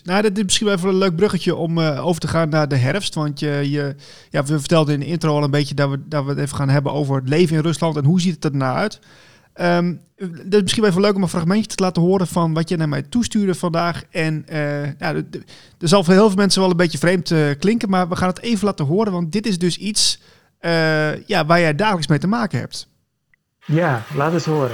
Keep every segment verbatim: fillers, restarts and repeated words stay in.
Nou, dit is misschien wel even een leuk bruggetje om uh, over te gaan naar de herfst. Want je, je, ja, we vertelden in de intro al een beetje dat we, dat we het even gaan hebben over het leven in Rusland en hoe ziet het er nou uit. Um, het is misschien wel even leuk om een fragmentje te laten horen van wat je naar mij toestuurde vandaag. En uh, nou, de, de, er zal voor heel veel mensen wel een beetje vreemd uh, klinken, maar we gaan het even laten horen. Want dit is dus iets uh, ja, waar jij dagelijks mee te maken hebt. Ja, laat eens horen.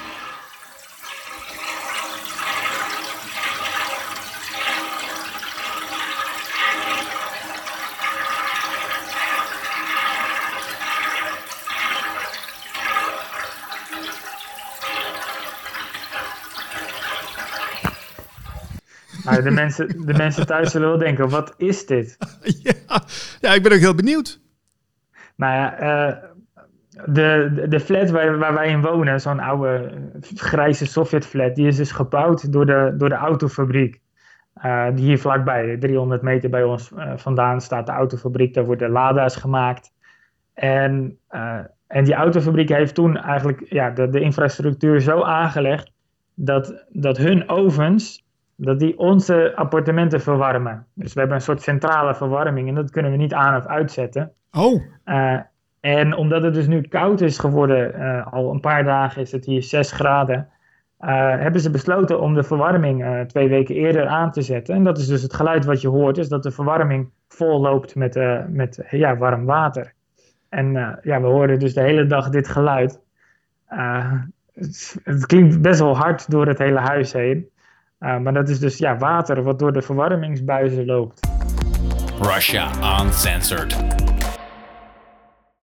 Nou, de, mensen, de mensen thuis zullen wel denken, wat is dit? Ja, ja, ik ben ook heel benieuwd. Nou ja, uh, de, de flat waar, waar wij in wonen, zo'n oude grijze Sovjet-flat, die is dus gebouwd door de, door de autofabriek. Uh, die hier vlakbij, driehonderd meter bij ons uh, vandaan, staat de autofabriek. Daar worden Lada's gemaakt. En, uh, en die autofabriek heeft toen eigenlijk ja, de, de infrastructuur zo aangelegd dat, dat hun ovens, dat die onze appartementen verwarmen. Dus we hebben een soort centrale verwarming en dat kunnen we niet aan of uitzetten. Oh. Uh, en omdat het dus nu koud is geworden, uh, al een paar dagen is het hier zes graden, uh, hebben ze besloten om de verwarming uh, twee weken eerder aan te zetten. En dat is dus het geluid wat je hoort, is dat de verwarming vol loopt met, uh, met ja, warm water. En uh, ja, we horen dus de hele dag dit geluid. Uh, het, het klinkt best wel hard door het hele huis heen. Uh, maar dat is dus ja, water wat door de verwarmingsbuizen loopt. Russia Uncensored.